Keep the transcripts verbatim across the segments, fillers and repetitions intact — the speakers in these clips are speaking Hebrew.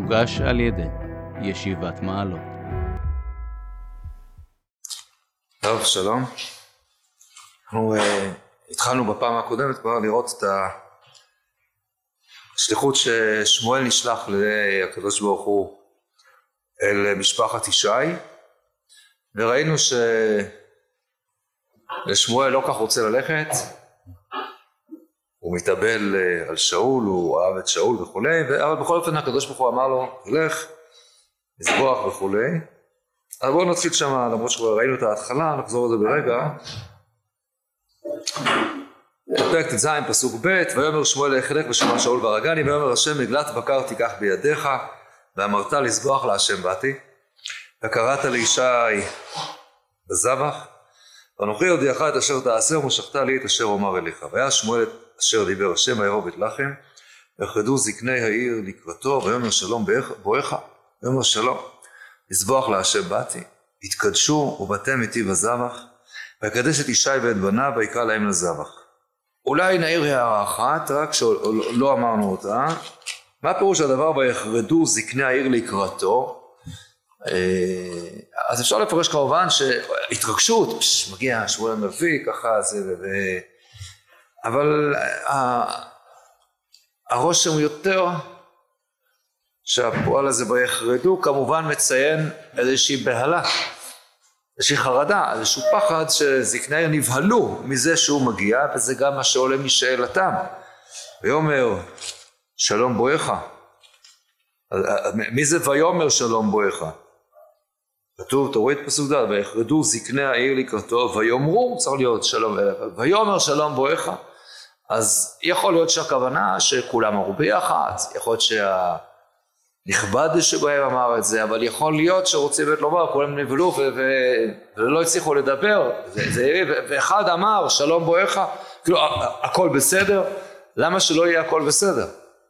מוגש על ידי ישיבת מעלות. טוב, שלום. אנחנו uh, התחלנו בפעם הקודמת כבר לראות את השליחות ששמואל נשלח לקדוש ברוך הוא אל משפחת ישי, וראינו ששמואל לא כך רוצה ללכת, הוא מתאבל על שאול, הוא אהב את שאול וכו', אבל בכל אופן הקדוש ברוך הוא אמר לו, תלך, לזבוח וכו'. אז בואו נתחיל שם, למרות שכבר ראינו את ההתחלה, נחזור על זה ברגע. פרק ט"ז פסוק ב', ויאמר שמואל לחלק ושמע שאול והרגני, ויאמר השם מגלת בקר תיקח בידיך, ואמרת לזבוח להשם באתי, וקראת לישי בזבח, ואנוכי הודיעך את אשר תעשה ומשכת לי את אשר אומר אליך. והיה שמואל את אשר דיבר השם ויבוא בית לחם, ויחרדו זקני העיר לקראתו, ויאמר שלום בואך, ויאמר שלום לזבוח להשם באתי, התקדשו ובאתם איתי בזבח, ויקדש את ישי ואת בניו ויקרא להם לזבח. אולי נעיר הערה אחת, רק שלא אמרנו אותה. מה פירוש הדבר ויחרדו זקני העיר לקראתו? אז אפשר לפרש כמובן שהתרגשות, מגיע שמואל הנביא ככה זה, ו... אבל הרושם הוא יותר שהפועל הזה ויחרדו כמובן מציין איזושהי בהלה, איזושהי חרדה, איזשהו פחד שזקני העיר נבהלו מזה שהוא מגיע, וזה גם מה שעולה משאלתם. ויאמר שלום בואך. מי זה ויאמר שלום בואך? כתוב, תוריד פסוק ד', ויחרדו זקני העיר לקראתו ויאמרו, צריך להיות שלום אליך, ויאמר שלום בואך. אז יכול להיות שהכוונה שכולם אמרו ביחד, יכול להיות שהנכבד שבהם אמר את זה, אבל יכול להיות שרוצים באמת לומר, כולם נבהלו ולא הצליחו לדבר, ואחד אמר שלום בואך, כאילו הכל בסדר, למה שלא יהיה הכל בסדר?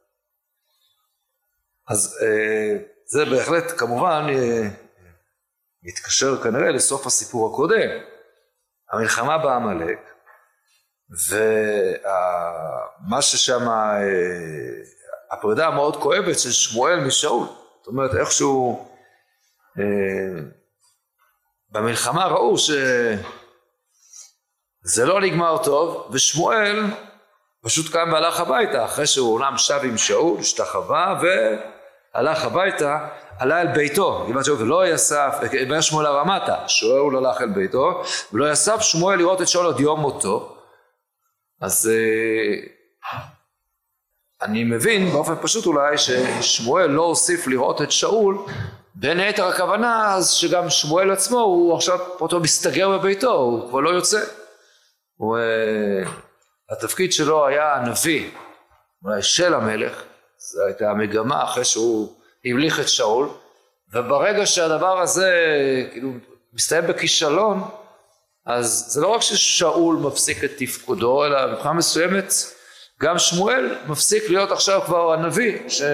אז זה בהחלט כמובן מתקשר כנראה לסוף הסיפור הקודם, המלחמה בעמלק, ומה ששם הפרידה המאוד כואבת של שמואל משאול, זאת אומרת איכשהו במלחמה ראו שזה לא נגמר טוב, ושמואל פשוט קם והלך הביתה, אחרי שהוא אומנם שב עם שאול, השתחווה והלך הביתה, עלה אל ביתו, ולא יסף, אומר שמואל הרמתה, שאול הלך אל ביתו, ולא יסף שמואל לראות את שאול עד יום מותו. אז אני מבין באופן פשוט אולי ששמואל לא הוסיף לראות את שאול, בין היתר הכוונה אז שגם שמואל עצמו הוא עכשיו פתאום מסתגר בביתו, הוא כבר לא יוצא. הוא, התפקיד שלו היה הנביא, אולי של המלך, זו הייתה המגמה אחרי שהוא המליך את שאול, וברגע שהדבר הזה כאילו מסתיים בכישלון, אז זה לא רק ששאול מפסיק את תפקודו, אלא מבחינה מסוימת גם שמואל מפסיק להיות עכשיו כבר הנביא, ש...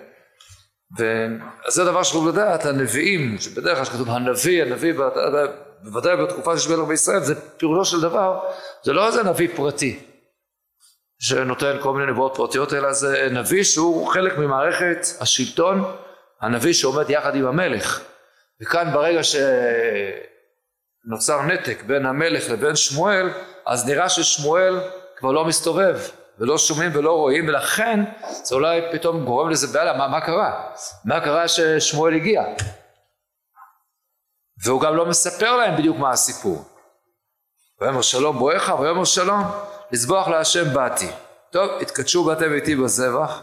וזה דבר שחשוב לדעת, הנביאים, שבדרך כלל שכתוב הנביא, הנביא, בוודאי בתקופה של מלך בישראל, זה פירושו של דבר, זה לא איזה נביא פרטי, שנותן כל מיני נבואות פרטיות, אלא זה נביא שהוא חלק ממערכת השלטון, הנביא שעומד יחד עם המלך. וכאן ברגע שנוצר נתק בין המלך לבין שמואל, אז נראה ששמואל כבר לא מסתובב, ולא שומעים ולא רואים, ולכן זה אולי פתאום גורם לזה בעלה, מה, מה קרה? מה קרה ששמואל הגיע? והוא גם לא מספר להם בדיוק מה הסיפור. ויאמר שלום בואך, ויאמר שלום לזבוח להשם באתי. טוב, התקדשו באתם איתי בזבח.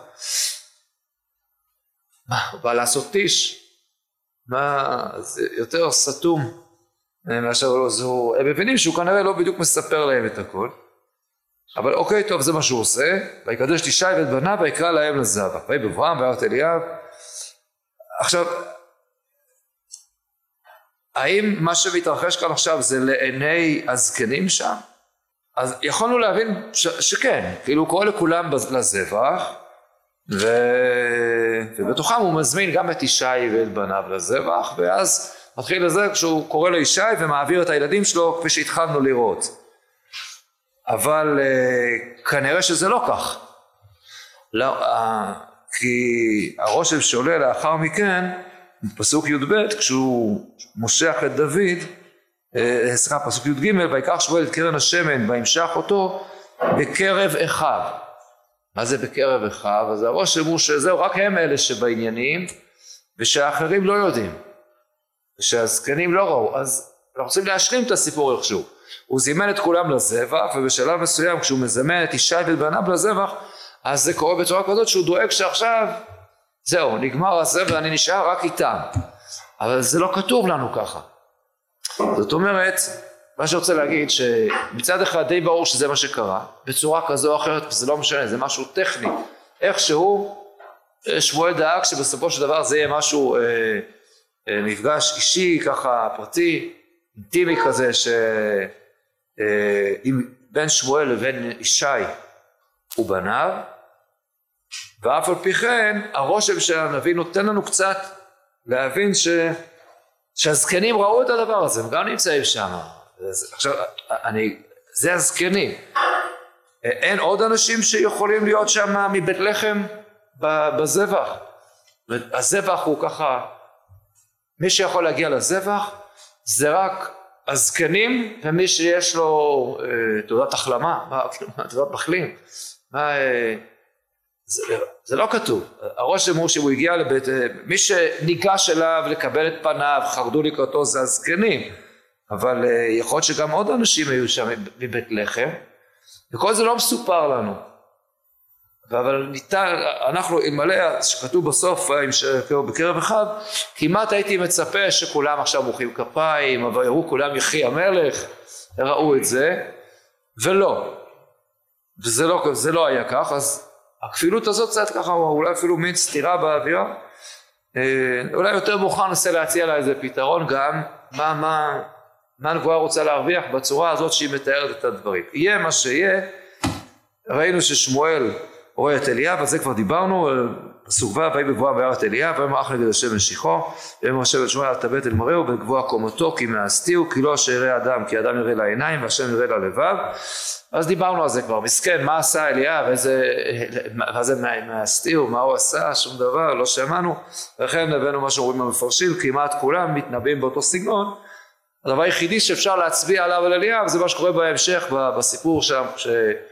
מה, הוא בא לעשות טיש? מה, זה יותר סתום מאשר לא זו. הם מבינים שהוא כנראה לא בדיוק מספר להם את הכל. אבל אוקיי, טוב, זה מה שהוא עושה. ויקדש את ישי ואת בניו ויקרא להם לזבח. ויהי בברם וירא את אליאב. עכשיו, האם מה שמתרחש כאן עכשיו זה לעיני הזקנים שם? אז יכולנו להבין ש- שכן, כאילו הוא קורא לכולם לזבח, ו... ובתוכם הוא מזמין גם את ישי ואת בניו לזבח, ואז מתחיל לזה כשהוא קורא לישי ומעביר את הילדים שלו כפי שהתחלנו לראות. אבל uh, כנראה שזה לא כך. לא, uh, כי הרושם שעולה לאחר מכן, פסוק י"ב, כשהוא מושך את דוד, סליחה, פסוק י"ג, ויקח שמואל את קרן השמן וימשח אותו בקרב אחיו. מה זה בקרב אחיו? אז הרושם הוא שזהו רק הם אלה שבעניינים, ושהאחרים לא יודעים, ושהזקנים לא ראו. אז אנחנו רוצים להשלים את הסיפור איכשהו. הוא זימן את כולם לזבח, ובשלב מסוים כשהוא מזמן את ישי ואת בניו לזבח, אז זה קורה בצורה כזאת שהוא דואג שעכשיו זהו, נגמר הזבח ואני נשאר רק איתם. אבל זה לא כתוב לנו ככה. זאת אומרת, מה שרוצה להגיד שמצד אחד די ברור שזה מה שקרה, בצורה כזו או אחרת, זה לא משנה, זה משהו טכני. איכשהו שמואל דאג שבסופו של דבר זה יהיה משהו, אה, אה, מפגש אישי ככה פרטי, אינטימי כזה, ש... אה, עם בין שמואל לבין ישי ובניו, ואף על פי כן הרושם של הנביא נותן לנו קצת להבין ש... שהזקנים ראו את הדבר הזה, הם גם נמצאים שם. עכשיו, אני, זה הזקנים. אין עוד אנשים שיכולים להיות שם מבית לחם בזבח. הזבח הוא ככה, מי שיכול להגיע לזבח זה רק הזקנים ומי שיש לו אה, תעודת החלמה, מה, מה, תעודת מחלים. מה, אה, זה, זה לא כתוב. הרושם הוא שהוא הגיע לבית, מי שניגש אליו לקבל את פניו, חרדו לקראתו, זה הזקנים. אבל אה, יכול להיות שגם עוד אנשים היו שם מבית לחם, וכל זה לא מסופר לנו. אבל ניתן, אנחנו אלמלא שכתוב בסוף בקרב אחיו, כמעט הייתי מצפה שכולם עכשיו מוחאים כפיים, אבל יראו כולם יחי המלך, ראו את זה, ולא. וזה לא, זה לא היה כך, אז הכפילות הזאת קצת ככה, אולי אפילו מין סתירה באווירה, אולי יותר מוכן ננסה להציע לה איזה פתרון גם, מה, מה, מה הנבואה רוצה להרוויח בצורה הזאת שהיא מתארת את הדברים. יהיה מה שיהיה, ראינו ששמואל רואה את אליאב, על זה כבר דיברנו, פסוק ו', ויהי בגבוה וירא את אליאב, ויאמר אח נגד השם משיחו, ויאמר השם אל שמואל אל תבט אל מראהו בגבוה קומתו כי מאסתיהו, כי לא אשר יראה אדם, כי אדם יראה לעיניים והשם יראה ללבב. אז דיברנו על זה כבר, מסכן, מה עשה אליאב, איזה, מה זה מאסתיהו, מה הוא עשה, שום דבר, לא שמענו, ולכן הבאנו מה שאומרים המפרשים, כמעט כולם מתנבאים באותו סגנון. הדבר היחידי שאפשר להצביע עליו על אליאב, זה מה שקורה בהמשך, בסיפור שם, ש...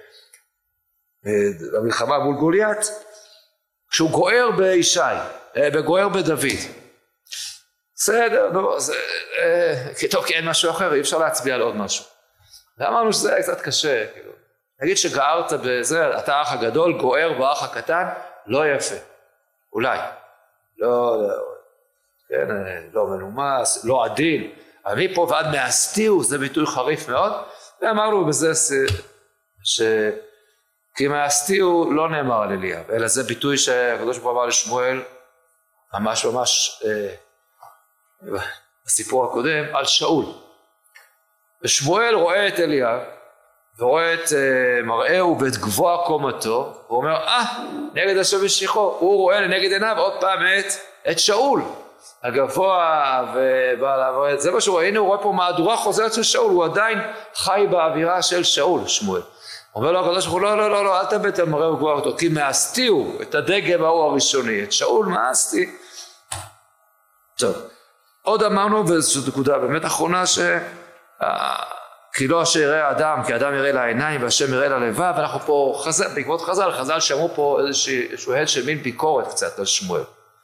במלחמה מול גוליית, כשהוא גוער בישי, גוער בדוד. בסדר, נו, זה, טוב, כי אין משהו אחר, אי אפשר להצביע על עוד משהו. ואמרנו שזה היה קצת קשה, כאילו. נגיד שגערת בזה, אתה האח הגדול, גוער באח הקטן, לא יפה. אולי. לא, לא, כן, לא מנומס, לא עדין. אבל מפה ועד מאסתיהו, זה ביטוי חריף מאוד. ואמרנו בזה ש... כי מאסתיהו לא נאמר על אליאב, אלא זה ביטוי שהקדוש ברוך הוא אמר לשמואל, ממש ממש אה, בסיפור הקודם, על שאול. ושמואל רואה את אליאב, ורואה את אה, מראהו ואת גבוה קומתו, הוא אומר, אה, נגד השם משיחו, הוא רואה לנגד עיניו עוד פעם את, את שאול, הגבוה, ובעל, זה מה שהוא רואה, הנה הוא רואה פה מהדורה חוזרת של שאול, הוא עדיין חי באווירה של שאול, שמואל. אומר לו הקדוש ברוך הוא, לא, לא, לא, לא, אל תבט על מראהו וגבוה אותו, כי מאסתיהו את הדגם ההוא הראשוני, את שאול מאסתי. טוב, עוד אמרנו, וזו נקודה באמת אחרונה, ש... כי לא אשר יראה האדם, כי האדם יראה לעיניים והשם יראה ללבב, ואנחנו פה, חזל, בעקבות חז"ל, חז"ל שמעו פה איזשהו הד של מין ביקורת קצת על שמואל.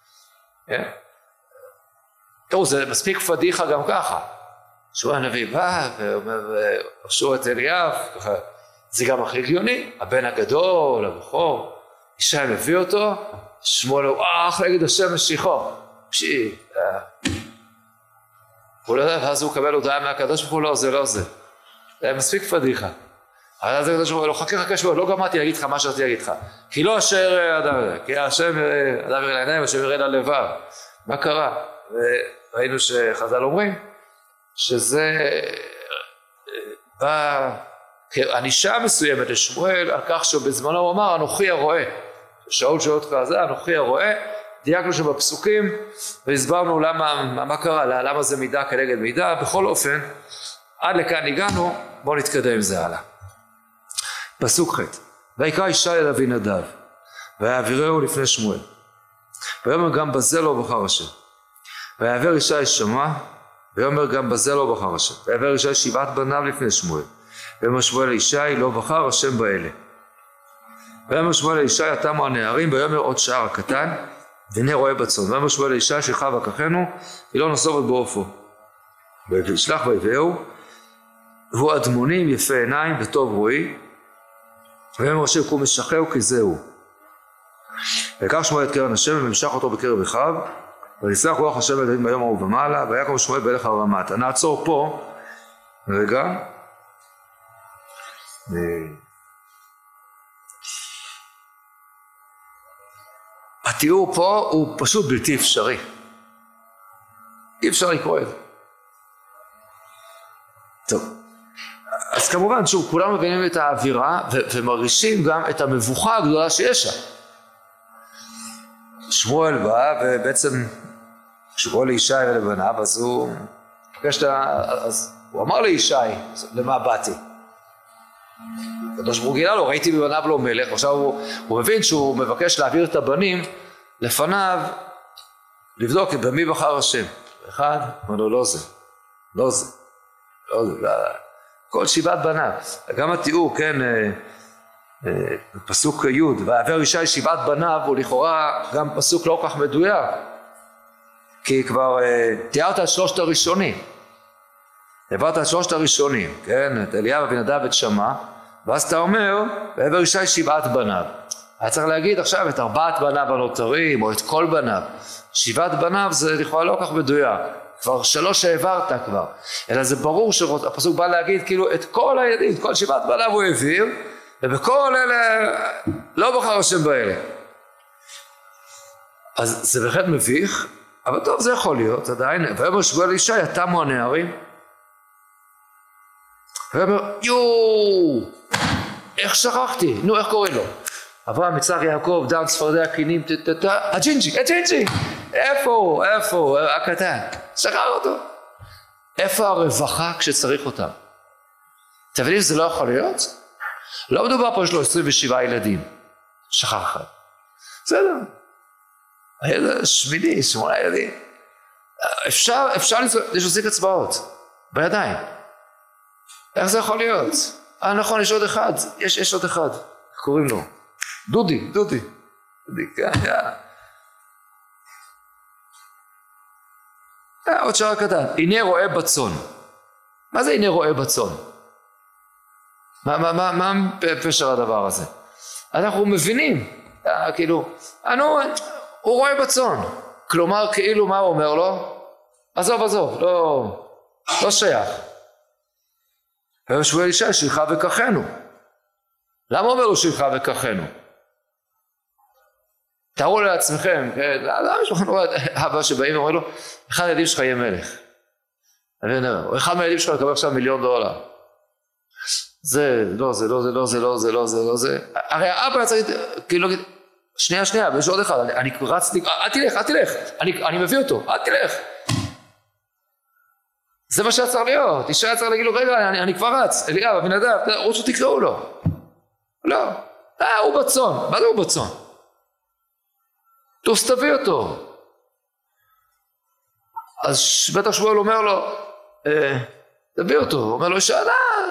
תראו, זה מספיק פדיחה גם ככה. שמואל הנביא בא ואומר, רשו את אליאב, ככה, זה גם הכי הגיוני, הבן הגדול, הבכור, ישי מביא אותו, שמואל הוא אח נגד השם משיחו. פשי, הוא לא יודע, ואז הוא מקבל הודעה מהקדוש ברוך הוא, לא, זה לא זה. זה מספיק פדיחה. אבל אז הקדוש ברוך הוא, לא חכה חכה שמואל, לא גמרתי להגיד לך מה שרציתי להגיד לך. כי לא אשר אדם, כי השם אדם יראה לעיניים, השם יראה ללבב. מה קרה? וראינו שחז"ל אומרים, שזה בא... ענישה מסוימת לשמואל על כך שבזמנו הוא אמר אנוכי הרואה, שאול שואל אותך זה אנוכי הרואה, דייקנו שבפסוקים והסברנו למה, מה קרה, למה זה מידה כנגד מידה. בכל אופן עד לכאן הגענו, בואו נתקדם עם זה הלאה. פסוק ח' ויקרא ישי אל אבינדב ויעבירהו לפני שמואל. ויאמר גם בזה לא בחר השם. ויעבר ישי שמע, ויאמר גם בזה לא בחר השם. ויעבר ישי שבעת בניו לפני שמואל. ויאמר שמואל לישי לא בחר השם באלה. ויאמר שמואל לישי תמו הנערים, ויאמר עוד שער הקטן, והנה רואה בצאן. ויאמר שמואל לישי שלחה וקחנו, כי לא נסוב עוד בעופו. וישלח ויביאהו, והוא אדמונים יפה עיניים וטוב רואי. ויאמר השם קום משחהו כי זהו. ויקח שמואל את קרן השם ומשך אותו בקרב אחיו, וישלח רוח השם אל דוד ביום ההוא ומעלה, ויקום שמואל בהלך הרמת. נעצור פה רגע. התיאור פה הוא פשוט בלתי אפשרי. אי אפשר לקרוא את זה. טוב. אז כמובן שוב כולם מבינים את האווירה ו- ומרגישים גם את המבוכה הגדולה שיש שם. שמואל בא ובעצם כשהוא רואה לישי ולבניו אז הוא אז הוא אמר לישי למה באתי. הקדוש ברוך הוא גילה לו ראיתי בבניו לא מלך. עכשיו הוא, הוא מבין שהוא מבקש להעביר את הבנים לפניו לבדוק במי בחר השם. אחד אמר לו לא זה לא זה לא זה לא. כל שבעת בניו. גם התיאור, כן, פסוק י' ויעבר ישי שבעת בניו הוא לכאורה גם פסוק לא כך מדויק, כי כבר תיארת את שלושת הראשונים, העברת את שלושת הראשונים, כן, את אליהו אבינדב ואת שמע, ואז אתה אומר ויעבר ישי שבעת בניו. היה צריך להגיד עכשיו את ארבעת בניו הנותרים או את כל בניו. שבעת בניו זה לכאורה לא כך מדויק, כבר שלוש העברת כבר, אלא זה ברור שהפסוק בא להגיד כאילו את כל הילדים, את כל שבעת בניו הוא העביר, ובכל אלה לא בחר השם באלה. אז זה בהחלט מביך, אבל טוב זה יכול להיות עדיין. ויאמר שמואל לישי תמו הנערים. ויאמר יואו איך שכחתי, נו איך קוראים לו? אברהם יצחק יעקב דן צפרדע קינים הג'ינג'י הג'ינג'י איפה איפה הקטן שכח אותו. איפה הרווחה כשצריך אותם? אתם מבינים שזה לא יכול להיות? לא מדובר פה יש לו עשרים ושבעה ילדים, שכח אחד, בסדר, הילד השמיני שמונה ילדים, אפשר אפשר להחזיק אצבעות בידיים. איך זה יכול להיות? אה נכון יש עוד אחד, יש יש עוד אחד, קוראים לו דודי דודי דודי כן יא אה, עוד שער קטן. הנה רואה בצאן. מה זה הנה רואה בצאן? מה, מה, מה, מה פשר הדבר הזה? אנחנו מבינים, אה, כאילו, אנו, הוא רואה בצאן. כלומר, כאילו מה הוא אומר לו? עזוב, עזוב, לא, לא שייך. ויאמר שמואל לישי שלחה וקחנו. למה אומר לו שלחה וקחנו? תארו לעצמכם, למה יש לכם אבא שבאים ואומרים לו, אחד הילדים שלך יהיה מלך. או אחד מהילדים שלך יקבל עכשיו מיליון דולר. זה, לא, זה, לא, זה, לא, זה, לא, זה, לא, זה, לא, זה. הרי האבא היה צריך, כאילו, שנייה, שנייה, ויש עוד אחד, אני רצתי, אל תלך, אל תלך, אני מביא אותו, אל תלך. זה מה שהיה צריך להיות, אישה היה צריך להגיד לו, רגע, אני כבר רץ, אליהו, אבינדב, רוצו תקראו לו. לא, הוא בצאן, מה זה הוא בצאן? טוס תביא אותו. אז בטח שמואל אומר לו תביא אותו, הוא אומר לו שאלה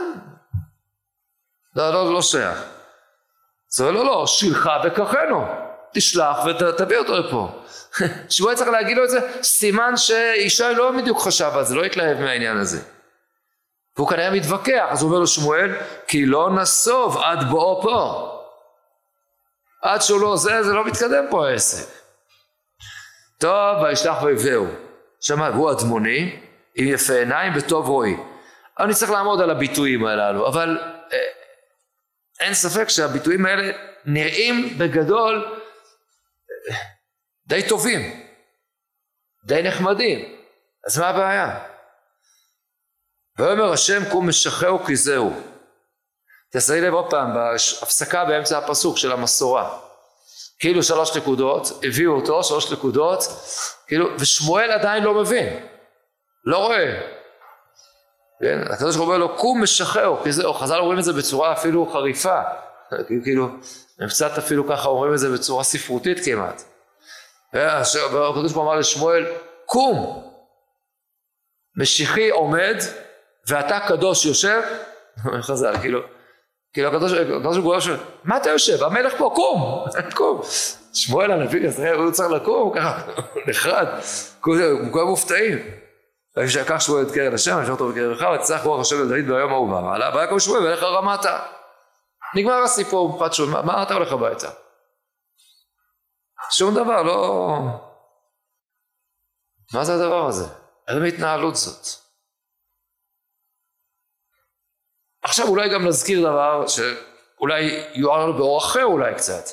לא לא לא שייך. זה לא לא שלחה וקחנו, תשלח ותביא אותו לפה. שמואל צריך להגיד לו את זה, סימן שאישה לא בדיוק חשב על זה, לא התלהב מהעניין הזה, והוא כנראה מתווכח. אז הוא אומר לו שמואל כי לא נסוב עד בואו פה, עד שהוא לא זה זה לא מתקדם פה העסק. טוב וישלח ויביאהו. שמע, הוא אדמוני עם יפה עיניים וטוב רואי. אני צריך לעמוד על הביטויים הללו, אבל אה, אין ספק שהביטויים האלה נראים בגדול אה, די טובים, די נחמדים. אז מה הבעיה? ויאמר השם קום משחהו כי זהו. תשימי לב עוד פעם בהפסקה באמצע הפסוק של המסורה, כאילו שלוש נקודות, הביאו אותו שלוש נקודות, כאילו, ושמואל עדיין לא מבין, לא רואה. כן? הקדוש ברוך הוא אומר לו קום משחהו כי זהו. חז"ל אומרים את זה בצורה אפילו חריפה, כאילו, הם קצת אפילו ככה אומרים את זה בצורה ספרותית כמעט. והקדוש ברוך הוא אמר לשמואל, קום, משיחי עומד, ואתה קדוש יושב, חז"ל, כאילו, כאילו הקדוש ברוך הוא שואל, מה אתה יושב? המלך פה, קום, קום. שמואל הנביא כזה, הוא צריך לקום, ככה, נחרד, כולם מופתעים. וכשלקח שמואל את קרן השם, נשאר אותו בקרן אחד, וצריך רוח השם לדוד ביום ההוא והמעלה, והיה כמו שמואל, ולך רמת. נגמר הסיפור, מפת שול, מה, מה אתה הולך הביתה? שום דבר, לא... מה זה הדבר הזה? איזה מהתנהלות זאת? עכשיו אולי גם נזכיר דבר שאולי יואר לנו באור אחר אולי קצת.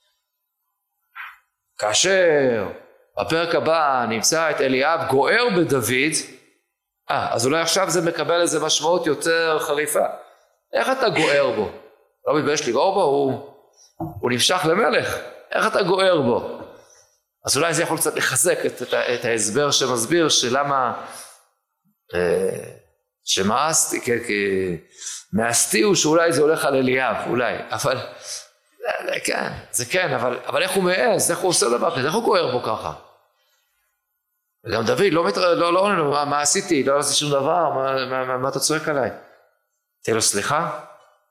כאשר בפרק הבא נמצא את אליאב גוער בדוד, אה, אז אולי עכשיו זה מקבל איזה משמעות יותר חריפה. איך אתה גוער בו? לא מתבייש לגעור בו, הוא, הוא נמשך למלך. איך אתה גוער בו? אז אולי זה יכול קצת לחזק את, את, את ההסבר שמסביר שלמה אה, שמאסתי, כי, כי מאסתי הוא שאולי זה הולך על אליאב, אולי, אבל כן, זה כן, אבל, אבל איך הוא מעז, איך הוא עושה דבר כזה, איך הוא גוער בו ככה? וגם דוד לא מתראה, לא, לא, לא, מה, מה עשיתי? לא עשיתי שום דבר, מה, מה, מה, מה אתה צועק עליי? תהיה לו סליחה?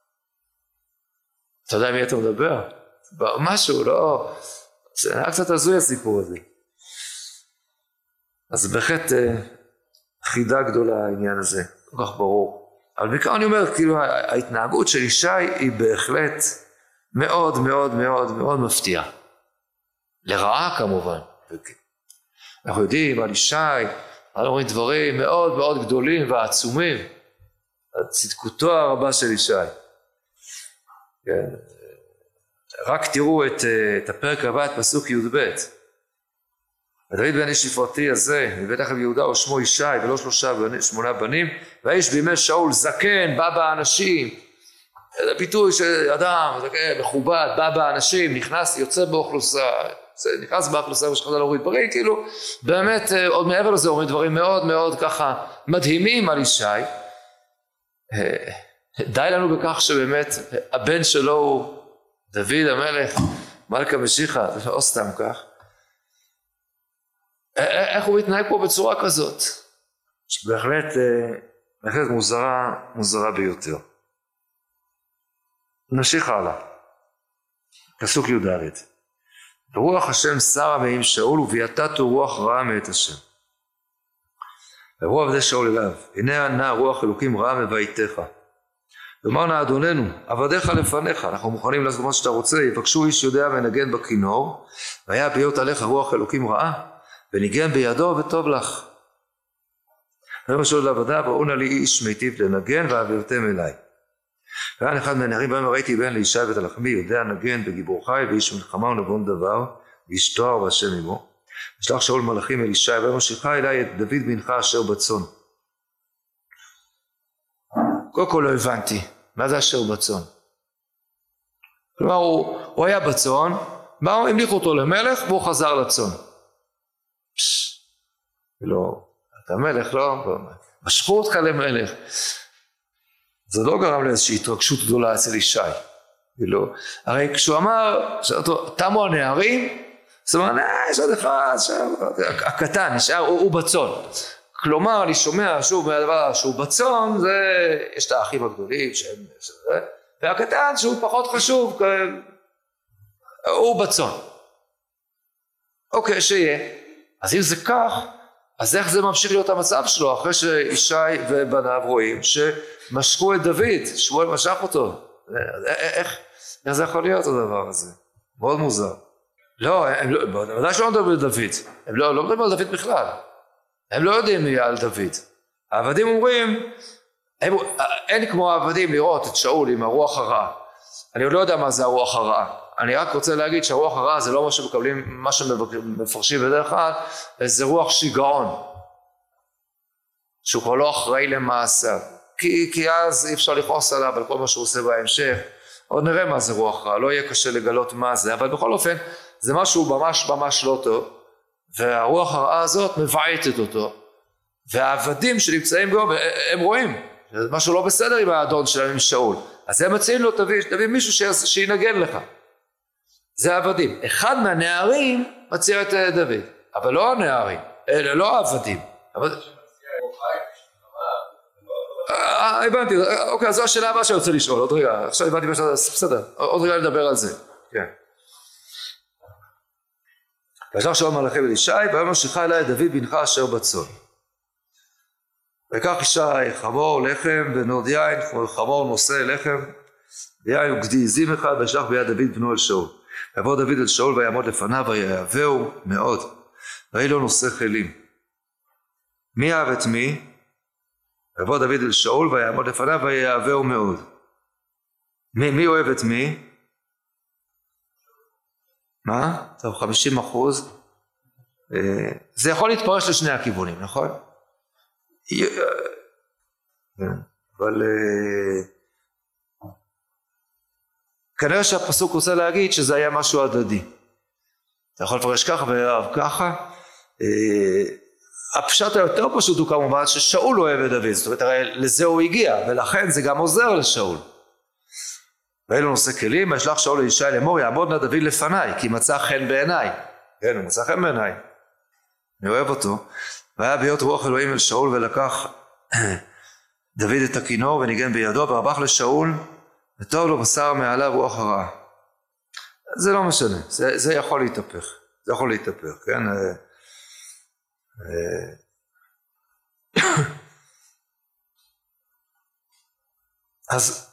אתה יודע מי אתה מדבר? משהו, לא... זה היה קצת הזוי הסיפור הזה. אז בהחלט חידה גדולה העניין הזה, כל כך ברור. אבל בעיקר אני אומר, כאילו ההתנהגות של ישי היא בהחלט מאוד מאוד מאוד מאוד מפתיעה. לרעה כמובן. אנחנו יודעים על ישי, אנחנו רואים דברים מאוד מאוד גדולים ועצומים. על צדקותו הרבה של ישי. כן. רק תראו את, את הפרק הבא, את פסוק י"ב. ודוד בן איש שפרתי הזה, מבית אחי יהודה ושמו ישי, ולא שלושה שמונה בנים, והאיש בימי שאול זקן, בא באנשים. זה ביטוי של אדם, זקן, מכובד, בא באנשים, נכנס, יוצא באוכלוסה, נכנס באוכלוסה ושחדה להוריד דברים, כאילו, באמת, עוד מעבר לזה, אומרים דברים מאוד מאוד ככה מדהימים על ישי. די לנו בכך שבאמת הבן שלו הוא דוד המלך, מלכה משיחה, זה לא סתם כך. איך הוא מתנהג פה בצורה כזאת? שבהחלט, בהחלט מוזרה, מוזרה ביותר. נמשיך הלאה. פסוק י"ד. רוח השם שרה מעם שאול וביאתתו רוח רעה מאת השם. ויבוא עבדי שאול אליו, הנה נא רוח אלוקים רעה מבעיתך. ואמר נא אדוננו, עבדיך לפניך, אנחנו מוכנים לעשות מה שאתה רוצה, יבקשו איש יודע ונגן בכינור, והיה ביות עליך רוח אלוקים רעה, וניגן בידו וטוב לך. ויאמר שאול לעבדיו, ראו נא לי איש מיטיב לנגן והביאותם אליי. והיה אחד מהנערים בהם ראיתי בן לישי בית הלחמי, יודע נגן בגיבור חי, ואיש מלחמה ונבון דבר, ואיש תואר והשם עמו. ושלח שאול מלאכים אל ישי, ויאמר שלחה אליי את דוד בנך אשר בצאן. קודם כל לא הבנתי, מה זה אשר בצאן? כלומר, הוא, הוא היה בצאן, באו, המליכו אותו למלך, והוא חזר לצאן. פשש, לא, אתה מלך, לא, משכו אותך למלך. זה לא גרם לאיזושהי התרגשות גדולה אצל ישי. לא. הרי כשהוא אמר, תמו הנערים, זאת אומרת, יש עוד אחד, הקטן, נשאר, הוא, הוא בצאן. כלומר, אני שומע שוב מהדבר שהוא בצאן, זה, יש את האחים הגדולים שהם, והקטן שהוא פחות חשוב, הוא בצאן. אוקיי, שיהיה. אז אם זה כך, אז איך זה ממשיך להיות המצב שלו, אחרי שישי ובניו רואים שמשכו את דוד, שמואל משך אותו. איך, איך זה יכול להיות הדבר הזה? מאוד מוזר. לא, הם לא, בוודאי שלא מדברים על דוד, הם לא, לא מדברים על דוד בכלל. הם לא יודעים מי על דוד. העבדים אומרים, הם, אין כמו העבדים לראות את שאול עם הרוח הרעה. אני עוד לא יודע מה זה הרוח הרעה. אני רק רוצה להגיד שהרוח הרעה זה לא מה שמקבלים, מה שמפרשים בדרך כלל, זה רוח שיגעון. שהוא כבר לא אחראי למעשה. כי, כי אז אי אפשר לכעוס עליו על כל מה שהוא עושה בהמשך. עוד נראה מה זה רוח רעה, לא יהיה קשה לגלות מה זה, אבל בכל אופן זה משהו ממש ממש לא טוב. והרוח הרעה הזאת מבעטת אותו, והעבדים שנמצאים בו, הם רואים, זה משהו לא בסדר עם האדון שלהם עם שאול, אז הם מציעים לו, תביא, תביא מישהו שינגן לך. זה העבדים. אחד מהנערים מציע את דוד, אבל לא הנערים, אלה לא העבדים. אבל... אה, הבנתי, אוקיי, אז זו השאלה הבאה שאני רוצה לשאול, עוד רגע, עכשיו הבנתי מה שאתה, בסדר, עוד רגע לדבר על זה, כן. וישלח שאול מלאכי בית ישי, ויאמר שלחה אליי דוד בנך אשר בצאן. ויקח ישי חמור לחם ונוד יין, חמור נושא לחם, ויין וגדי עזים אחד, וישלח ביד דוד בנו אל שאול. ויבוא דוד אל שאול ויעמוד לפניו ויאהבהו מאוד, ויהי לו נושא כלים. מי אהב את מי? ויבוא דוד אל שאול ויעמוד לפניו ויאהבהו מאוד. מי, מי אוהב את מי? מה? טוב, חמישים אחוז. זה יכול להתפרש לשני הכיוונים, נכון? אבל כנראה שהפסוק רוצה להגיד שזה היה משהו הדדי. אתה יכול לפרש ככה ואהב ככה. הפשט היותר פשוט הוא כמובן ששאול אוהב את דוד, זאת אומרת הרי לזה הוא הגיע, ולכן זה גם עוזר לשאול. ואין לו נושא כלים, וישלח שאול לישי לאמור, יעמוד נא דוד לפניי, כי מצא חן בעיניי. כן, הוא מצא חן בעיניי. אני אוהב אותו. והיה ביות רוח אלוהים אל שאול, ולקח דוד את הכינור וניגן בידו, והרבח לשאול, וטוב לו בשר מעליו רוח הרעה. זה לא משנה, זה, זה יכול להתהפך. זה יכול להתהפך, כן? אז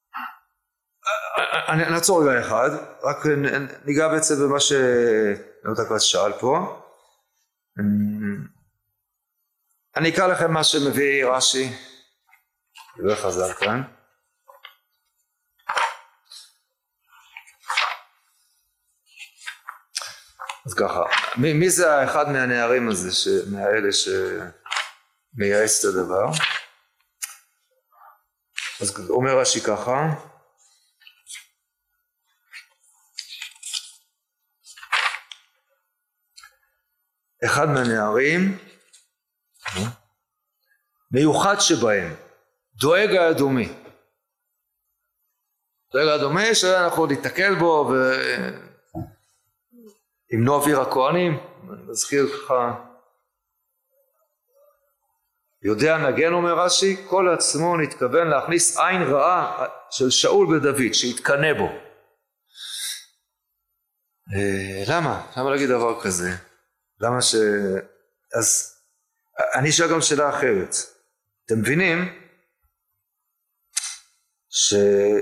אני נעצור רגע אחד, רק ניגע בעצם במה שנותק כבר שאל פה. אני אקרא לכם מה שמביא רש"י, דבר חזר כאן. אז ככה, מי, מי זה האחד מהנערים הזה, ש, מהאלה שמייעץ את הדבר? אז אומר רש"י ככה, אחד מהנערים, מיוחד שבהם, דואג האדומי. דואג האדומי שאנחנו ניתקל בו ו... עם נוב עיר הכהנים, אני מזכיר ככה, יודע נגן אומר רש"י, כל עצמו נתכוון להכניס עין רעה של שאול בדוד, שיתקנה בו. למה? למה להגיד דבר כזה? למה ש... אז אני אשאל גם שאלה אחרת. אתם מבינים ש...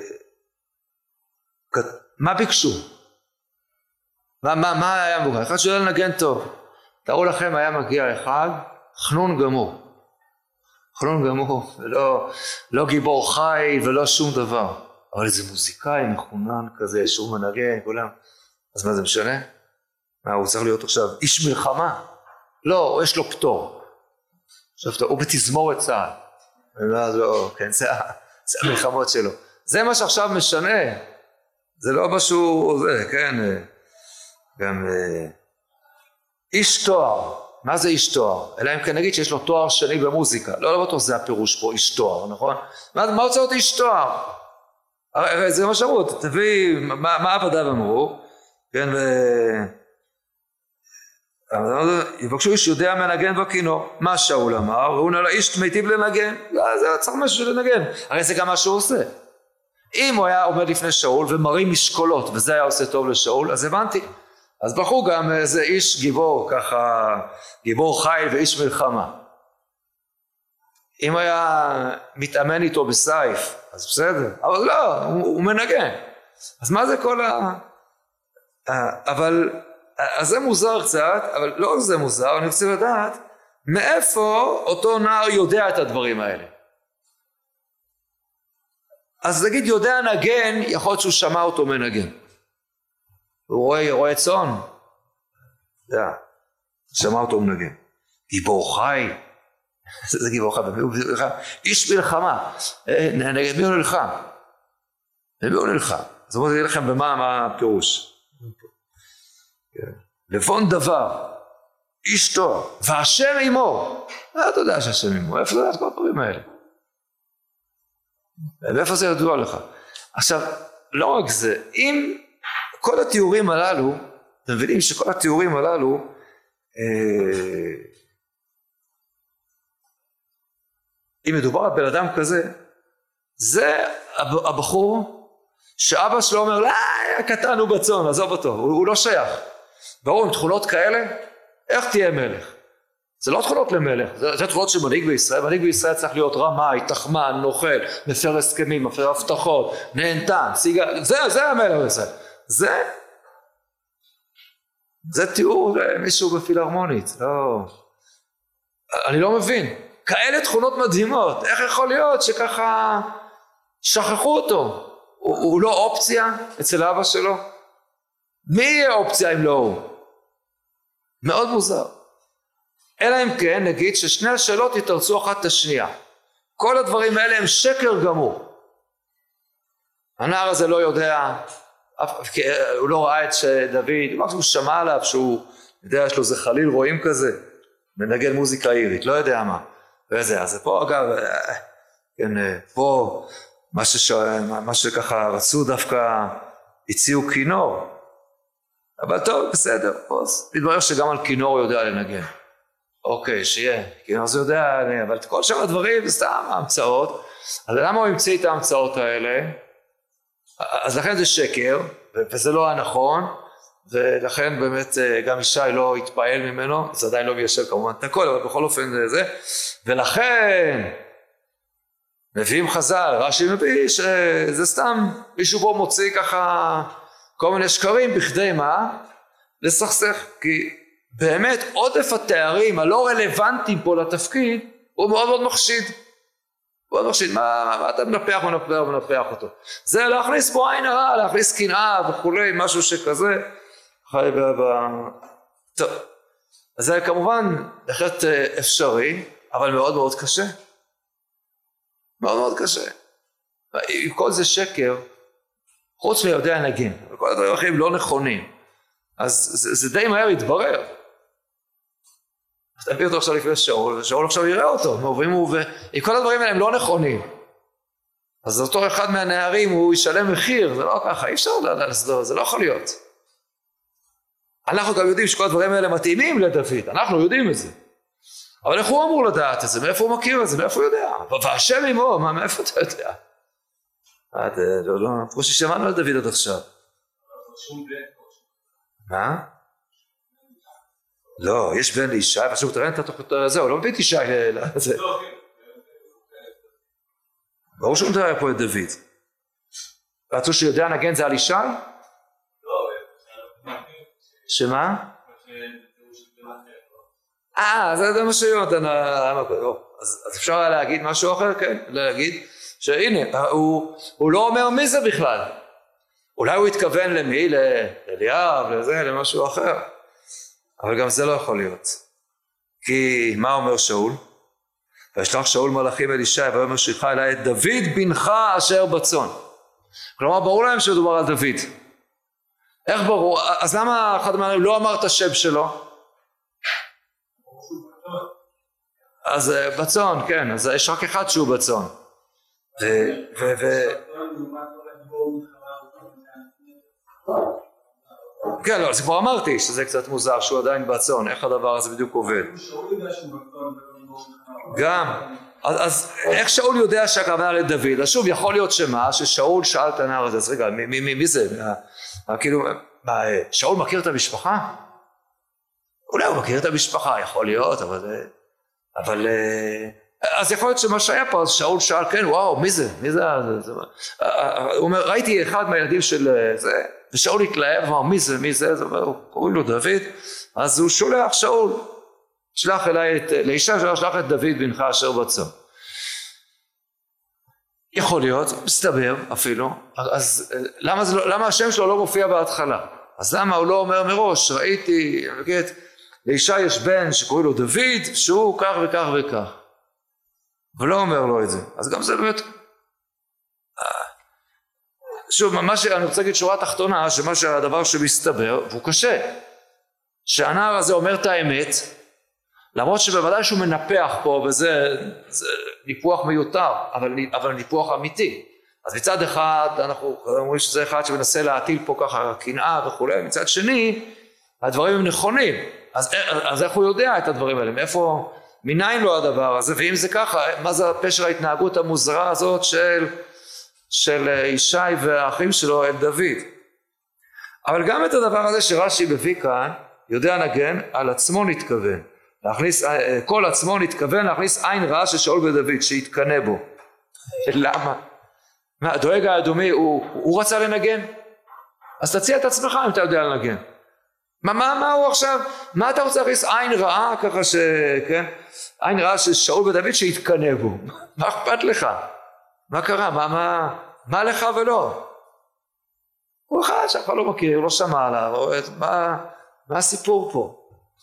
מה ביקשו? מה, מה, מה היה מוגן? אחד שואל לנגן טוב. תראו לכם היה מגיע אחד, חנון גמור. חנון גמור, ולא, לא גיבור חי ולא שום דבר. אבל איזה מוזיקאי מחונן כזה, שהוא מנגן, כולם. אז מה זה משנה? מה, הוא צריך להיות עכשיו איש מלחמה? לא, יש לו פטור. עכשיו, הוא בתזמורת צה"ל. ואז לא, כן, זה, זה המלחמות שלו. זה מה שעכשיו משנה. זה לא משהו, זה, כן, גם איש תואר. מה זה איש תואר? אלא אם כן נגיד שיש לו תואר שני במוזיקה. לא, לא בטוח זה הפירוש פה, איש תואר, נכון? מה, מה רוצה להיות איש תואר? הרי זה מה שאמרו, תביא, מה, מה עבדיו אמרו? כן, ו... יבקשו איש יודע מנגן בכינור. מה שאול אמר? הוא אומר לאיש מיטיב לנגן. לא, זה צריך משהו לנגן. הרי זה גם מה שהוא עושה. אם הוא היה עומד לפני שאול ומרים משקולות, וזה היה עושה טוב לשאול, אז הבנתי. אז בחרו גם איזה איש גיבור, ככה, גיבור חיל ואיש מלחמה. אם היה מתאמן איתו בסייף, אז בסדר. אבל לא, הוא, הוא מנגן. אז מה זה כל ה... אבל... אז זה מוזר קצת, אבל לא זה מוזר, אני רוצה לדעת מאיפה אותו נער יודע את הדברים האלה. אז נגיד יודע נגן, יכול להיות שהוא שמע אותו מנגן. הוא רואה, רואה צאן, יודע, שמע אותו מנגן. גיבור חי, זה גיבור חי, איש מלחמה, נגד מי הוא נלחם? מי הוא נלחם? אז בואו נגיד לכם במה הפירוש. לבון דבר, איש תואר, והשם עמו. אתה יודע שהשם עמו, איפה זה את כל הדברים האלה? ואיפה זה ידוע לך? עכשיו, לא רק זה, אם כל התיאורים הללו, אתם מבינים שכל התיאורים הללו, אה, אם מדובר על בן אדם כזה, זה הבחור שאבא שלו אומר, לא, הקטן הוא בצאן, עזוב אותו, הוא, הוא לא שייך. ברור, עם תכונות כאלה, איך תהיה מלך? זה לא תכונות למלך, זה, זה תכונות של מנהיג בישראל. מנהיג בישראל צריך להיות רמאי, תחמן, נוכל, מפר הסכמים, מפר הבטחות, נהנתן, סיגר, זה, זה המלך הזה. זה, זה תיאור מישהו בפילהרמונית, לא, אני לא מבין. כאלה תכונות מדהימות, איך יכול להיות שככה שכחו אותו? הוא, הוא לא אופציה אצל אבא שלו? מי יהיה אופציה אם לא הוא? מאוד מוזר. אלא אם כן נגיד ששני השאלות יתרצו אחת את השנייה. כל הדברים האלה הם שקר גמור. הנער הזה לא יודע, הוא לא ראה את דוד, הוא שמע עליו שהוא יודע יש לו זה חליל רואים כזה, מנגן מוזיקה אירית, לא יודע מה. וזה, אז פה אגב, כן, פה מה, שש... מה שככה רצו דווקא הציעו כינור, אבל טוב, בסדר, אז מתברר שגם על כינור הוא יודע לנגן. אוקיי, שיהיה, כינור זה יודע, אבל כל שאר הדברים זה סתם המצאות. אז למה הוא המציא את ההמצאות האלה? אז לכן זה שקר, וזה לא הנכון, ולכן באמת גם ישי לא התפעל ממנו, זה עדיין לא מיישב כמובן את הכל, אבל בכל אופן זה זה, ולכן מביאים חז"ל, רש"י מביא שזה סתם מישהו בו מוציא ככה כל מיני שקרים בכדי מה? לסכסך, כי באמת עודף התארים הלא רלוונטיים פה לתפקיד הוא מאוד מאוד מחשיד. מאוד מחשיד, מה, מה אתה מנפח ומנפח ומנפח אותו? זה להכניס בו עין הרע, להכניס קנאה וכולי, משהו שכזה. חי ב... ב... טוב, אז זה כמובן בהחלט אפשרי, אבל מאוד מאוד קשה. מאוד מאוד קשה. אם כל זה שקר, חוץ מיודע נגן, וכל הדברים האחרים לא נכונים, אז זה, זה די מהר יתברר. אז תביא אותו עכשיו לפני שאול, ושאול עכשיו יראה אותו, ואם הוא, אם כל הדברים האלה הם לא נכונים, אז אותו אחד מהנערים הוא ישלם מחיר, זה לא ככה, אי אפשר לסדור, זה לא יכול להיות. אנחנו גם יודעים שכל הדברים האלה מתאימים לדוד, אנחנו יודעים את זה. אבל איך הוא אמור לדעת את זה? מאיפה הוא מכיר את זה? מאיפה הוא יודע? והשם עמו, מה, מאיפה אתה יודע? עד, לא, לא, כמו ששמענו על דוד עד עכשיו. מה? לא, יש בן לישי, פשוט תראה את התוכנית הזה, הוא לא מביא את ישי לזה. ברור שהוא מתאר פה את דוד. רצו שיודע נגן זה על ישי? שמה? אה, זה מה שיונתן, אז אפשר היה להגיד משהו אחר, כן? להגיד שהנה, הוא לא אומר מי זה בכלל. אולי הוא התכוון למי? לאליאב, לזה, למשהו אחר. אבל גם זה לא יכול להיות. כי מה אומר שאול? וישלח שאול מלאכים אל ישי ויאמר שלח אליי את דוד בנך אשר בצאן. כלומר ברור להם שמדובר על דוד. איך ברור? אז למה אחד מהם לא אמר את השם שלו? אז בצאן, כן, אז יש רק אחד שהוא בצאן. ו... ו... ו... כן, לא, זה כבר אמרתי שזה קצת מוזר שהוא עדיין בצאן, איך הדבר הזה בדיוק עובד? גם, אז, אז איך שאול יודע שהכוונה לדוד? אז שוב, יכול להיות שמה, ששאול שאל את הנער הזה, אז רגע, מי, מי, מי, מי זה? מה, כאילו, מה, שאול מכיר את המשפחה? אולי הוא מכיר את המשפחה, יכול להיות, אבל... אבל... אז יכול להיות שמה שהיה פה, אז שאול שאל, כן, וואו, מי זה? מי זה? זה, זה הוא אומר, ראיתי אחד מהילדים של זה, ושאול התלהב, אמר, מי זה? מי זה? זה אומר, קוראים לו דוד, אז הוא שולח שאול, שלח אליי את, לאישה שלח את דוד בנך אשר בצאן. יכול להיות, מסתבר אפילו, אז למה, זה, למה השם שלו לא מופיע בהתחלה? אז למה הוא לא אומר מראש, ראיתי, נגיד, לאישה יש בן שקוראים לו דוד, שהוא כך וכך וכך. ולא אומר לו את זה. אז גם זה באמת... שוב, מה שאני רוצה להגיד שורה תחתונה, שמה שהדבר שמסתבר, והוא קשה, שהנער הזה אומר את האמת, למרות שבוודאי שהוא מנפח פה, וזה ניפוח מיותר, אבל, אבל ניפוח אמיתי. אז מצד אחד אנחנו אומרים שזה אחד שמנסה להטיל פה ככה קנאה וכולי, מצד שני הדברים הם נכונים, אז, אז איך הוא יודע את הדברים האלה, מאיפה, מניין לו הדבר הזה, ואם זה ככה, מה זה פשר ההתנהגות המוזרה הזאת של, של ישי והאחים שלו אל דוד. אבל גם את הדבר הזה שרש"י מביא כאן, יודע נגן, על עצמו נתכוון, להכניס, כל עצמו נתכוון להכניס עין רעה של שאול ודוד, שיתקנה בו. למה? מה, דואג האדומי, הוא, הוא רצה לנגן? אז תציע את עצמך אם אתה יודע לנגן. מה, מה, מה הוא עכשיו? מה אתה רוצה להכניס עין רעה ככה ש... כן? עין רעה של שאול ודוד שיתקנה בו. מה אכפת לך? מה קרה? מה, מה, מה לך ולא? הוא אחד שאף אחד לא מכיר, הוא לא שמע עליו, מה, מה הסיפור פה?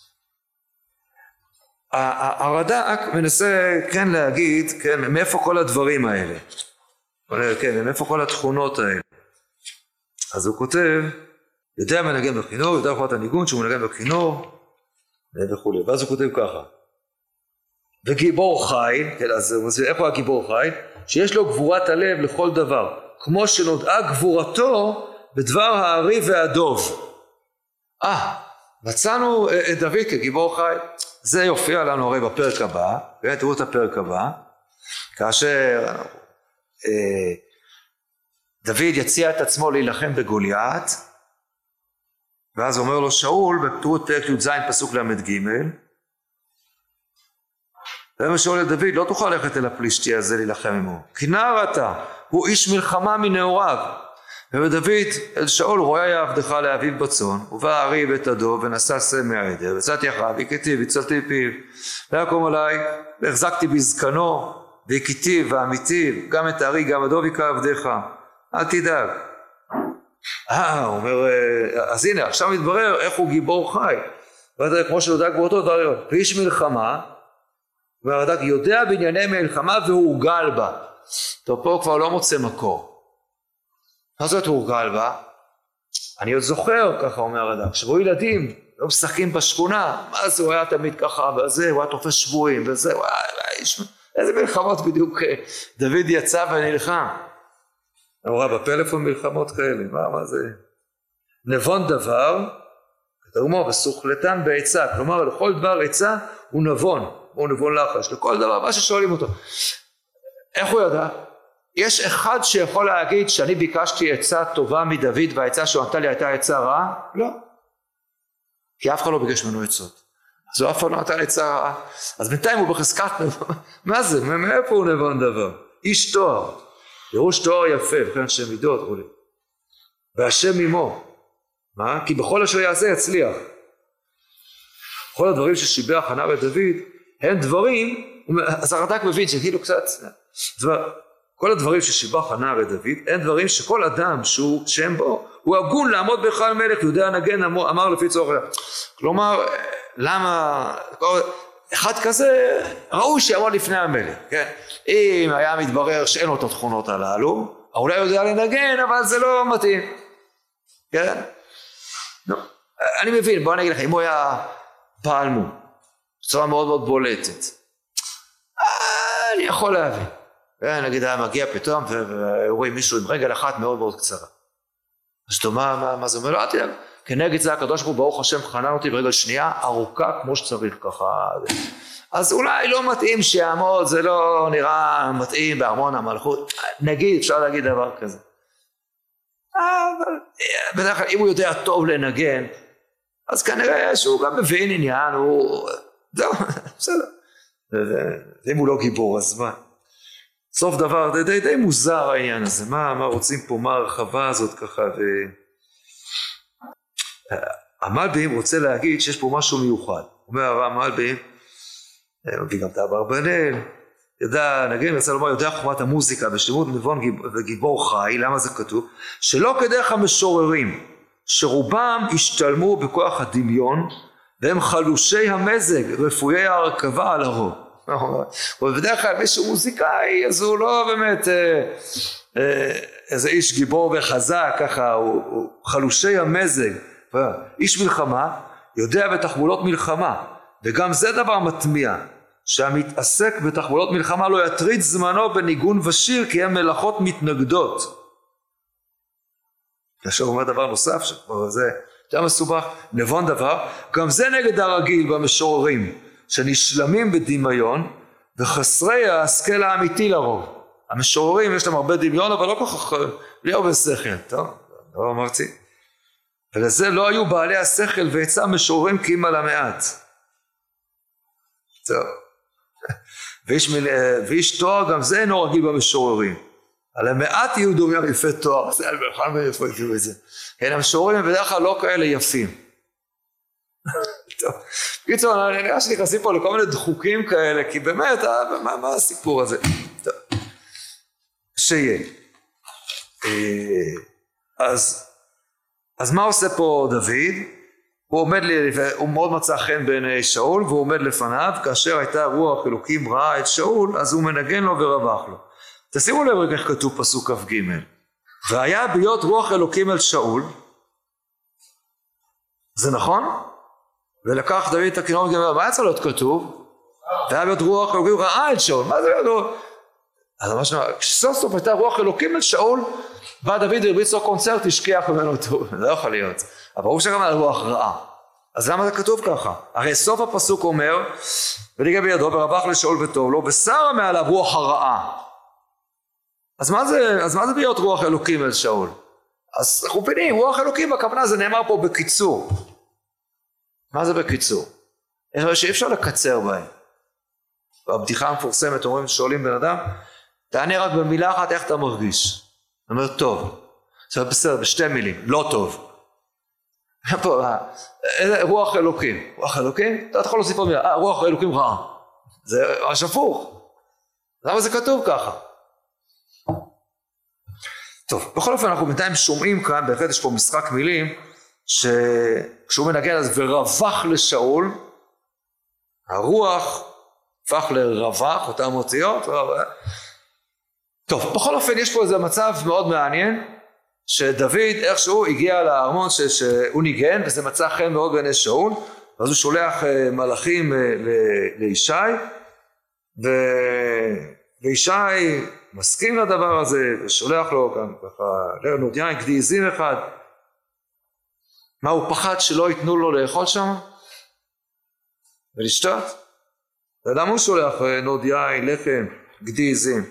הרד"ק מנסה כן להגיד, כן, מאיפה כל הדברים האלה? כן, מאיפה כל התכונות האלה? אז הוא כותב, יודע מנגן בכינור, יודע חובת הניגון שהוא מנגן בכינור, וכו'. ואז הוא כותב ככה, וגיבור חי, כן, אז הוא מסביר, איפה הגיבור חי? שיש לו גבורת הלב לכל דבר, כמו שנודעה גבורתו בדבר הארי והדוב. אה, מצאנו את דוד כגיבור חי, זה יופיע לנו הרי בפרק הבא, תראו את הפרק הבא, כאשר אה, דוד יציע את עצמו להילחם בגוליית, ואז אומר לו שאול, תראו את פרק י"ז פסוק למד ג', ואומר שאול לדוד, לא תוכל ללכת אל הפלישתי הזה להילחם עמו, כי נער אתה, הוא איש מלחמה מנעוריו. ודוד אל שאול רואה יעבדך לאביו בצאן, ובא הארי בית הדוב ונשא שא מהעדר, ויצאתי אחריו והכיתיו והצלתי פיו, ויקום עליי והחזקתי בזקנו והכיתיו ואמיתיו, גם את הארי גם הדוב יקרא עבדך, אל תדאג. אה, הוא אומר, אז הנה עכשיו מתברר איך הוא גיבור חי, כמו שהודק באותו דבר, ואיש מלחמה, והרד"ק יודע בענייני מלחמה והורגל בה. טוב, פה כבר לא מוצא מקור. מה זאת הורגל בה? אני עוד זוכר, ככה אומר הרד"ק, שבו ילדים לא משחקים בשכונה, מה זה, הוא היה תמיד ככה, וזה, הוא היה תופס שבויים, וזה, וואי, וואי, איזה מלחמות בדיוק דוד יצא ונלחם. הוא ראה בפלאפון מלחמות כאלה, מה, מה זה? נבון דבר, כתרומו, וסוכלתן בעצה, כלומר, לכל דבר עצה הוא נבון, הוא נבון לחש, לכל דבר, מה ששואלים אותו. איך הוא ידע? יש אחד שיכול להגיד שאני ביקשתי עצה טובה מדוד והעצה שהוא נתן לי הייתה עצה רעה? לא. כי אף אחד לא ביקש ממנו עצות. אז הוא אף אחד לא נתן עצה רעה. אז בינתיים הוא בחזקת נבון. מה זה? מאיפה הוא נבון דבר? איש תואר. ירוש תואר יפה, וכן השם מידות, עולה. והשם עמו. מה? כי בכל אשר יעשה יצליח. כל הדברים ששיבח חנה ודוד, הם דברים, אז הרד"ק מבין שכאילו קצת, דבר, כל הדברים ששיבח חנה ודוד, הם דברים שכל אדם שהוא, שהם בו, הוא הגון לעמוד בהיכל מלך, יודע הנגן אמר, אמר לפי צורך. כלומר, למה, אחד כזה ראוי שיעמוד לפני המלך, כן? אם היה מתברר שאין לו את התכונות הללו, אולי יודע לנגן, אבל זה לא מתאים, כן? לא. אני מבין, בוא נגיד לך, אם הוא היה פעלמו, בצורה מאוד מאוד בולטת, אני יכול להבין. נגיד היה מגיע פתאום ורואים מישהו עם רגל אחת מאוד מאוד קצרה. אז אתה מה, מה, מה זה אומר? לא, תדאג, כנגד זה הקדוש ברוך הוא ברוך השם חנן אותי ברגל שנייה ארוכה כמו שצריך ככה. אז אולי לא מתאים שיעמוד, זה לא נראה מתאים בארמון המלכות. נגיד, אפשר להגיד דבר כזה. אבל בדרך כלל אם הוא יודע טוב לנגן, אז כנראה שהוא גם מבין עניין, הוא... זהו, בסדר. ואם הוא לא גיבור, אז מה? סוף דבר, די, די, די מוזר העניין הזה, מה, מה רוצים פה, מה הרחבה הזאת ככה, ו... המלבים רוצה להגיד שיש פה משהו מיוחד, אומר הרב המלבים, מביא גם את אברבנאל, ידע, נגיד, אני רוצה לומר, יודע חוכמת המוזיקה, בשלמות נבון וגיבור חי, למה זה כתוב? שלא כדרך המשוררים, שרובם השתלמו בכוח הדמיון, והם חלושי המזג, רפויי ההרכבה על הרוב. ובדרך כלל מישהו מוזיקאי, אז הוא לא באמת אה, אה, איזה איש גיבור וחזק, ככה, הוא, הוא חלושי המזג, איש מלחמה, יודע בתחבולות מלחמה, וגם זה דבר מטמיע, שהמתעסק בתחבולות מלחמה לא יטריד זמנו בניגון ושיר, כי הם מלאכות מתנגדות. עכשיו הוא אומר דבר נוסף, שכבר זה גם מסובך, נבון דבר, גם זה נגד הרגיל במשוררים, שנשלמים בדמיון, וחסרי ההשכל האמיתי לרוב. המשוררים יש להם הרבה דמיון, אבל לא כל כך, בלי הרבה שכל, טוב, לא אמרתי. ולזה לא היו בעלי השכל ויצא משוררים כי אם על המעט. טוב. ואיש, ואיש תואר גם זה אינו רגיל במשוררים. על המעט יהיו דומים יפי תואר, זה על בכלל מאיפה הביאו את זה. כן, המשוררים בדרך כלל לא כאלה יפים. טוב. קיצור, אני נראה שנכנסים פה לכל מיני דחוקים כאלה, כי באמת, מה, מה הסיפור הזה? טוב. שיהיה. אז, אז מה עושה פה דוד? הוא עומד, הוא מאוד מצא חן בעיני שאול, והוא עומד לפניו, כאשר הייתה רוח אלוקים ראה את שאול, אז הוא מנגן לו ורווח לו. תשימו לב רגע איך כתוב פסוק כ"ג. והיה ביות רוח אלוקים אל שאול, זה נכון? ולקח דוד את הכינור וגמר, מה יצא להיות כתוב? והיה ביות רוח אלוקים ראה את שאול, מה זה להיות? אז ממש נראה, כשסוף סוף הייתה רוח אלוקים אל שאול, בא דוד הרביץ לו קונצרט, השכיח ממנו אותו, זה לא יכול להיות. אבל ברור שגם היה רוח רעה. אז למה זה כתוב ככה? הרי סוף הפסוק אומר, וניגע בידו ורווח לשאול וטוב לו, ושרה מעליו רוח הרעה. אז מה זה, אז מה זה ביות רוח אלוקים אל שאול? אז אנחנו מבינים, רוח אלוקים הכוונה זה נאמר פה בקיצור. מה זה בקיצור? שאי אפשר לקצר בהם. בבדיחה המפורסמת אומרים שואלים בן אדם, תענה רק במילה אחת איך אתה מרגיש. הוא אומר טוב. זה בסדר, בשתי מילים, לא טוב. פה, רוח אלוקים. רוח אלוקים? אתה יכול להוסיף עוד מילה, רוח אלוקים רעה. זה ממש הפוך. למה זה כתוב ככה? טוב, בכל אופן אנחנו בינתיים שומעים כאן, בהחלט יש פה משחק מילים, שכשהוא מנגן אז ורווח לשאול, הרוח הפך לרווח, אותם אותיות. טוב, בכל אופן יש פה איזה מצב מאוד מעניין, שדוד איכשהו הגיע לארמון ש- שהוא ניגן, וזה מצא חן מאוד בעיני שאול, אז הוא שולח מלאכים לישי, ו- וישי מסכים לדבר הזה, ושולח לו גם ככה לרנות יין, גדי עזים אחד. מה, הוא פחד שלא ייתנו לו לאכול שם? ולשתות? ולמה הוא שולח נוד יין, לחם, גדי עזים?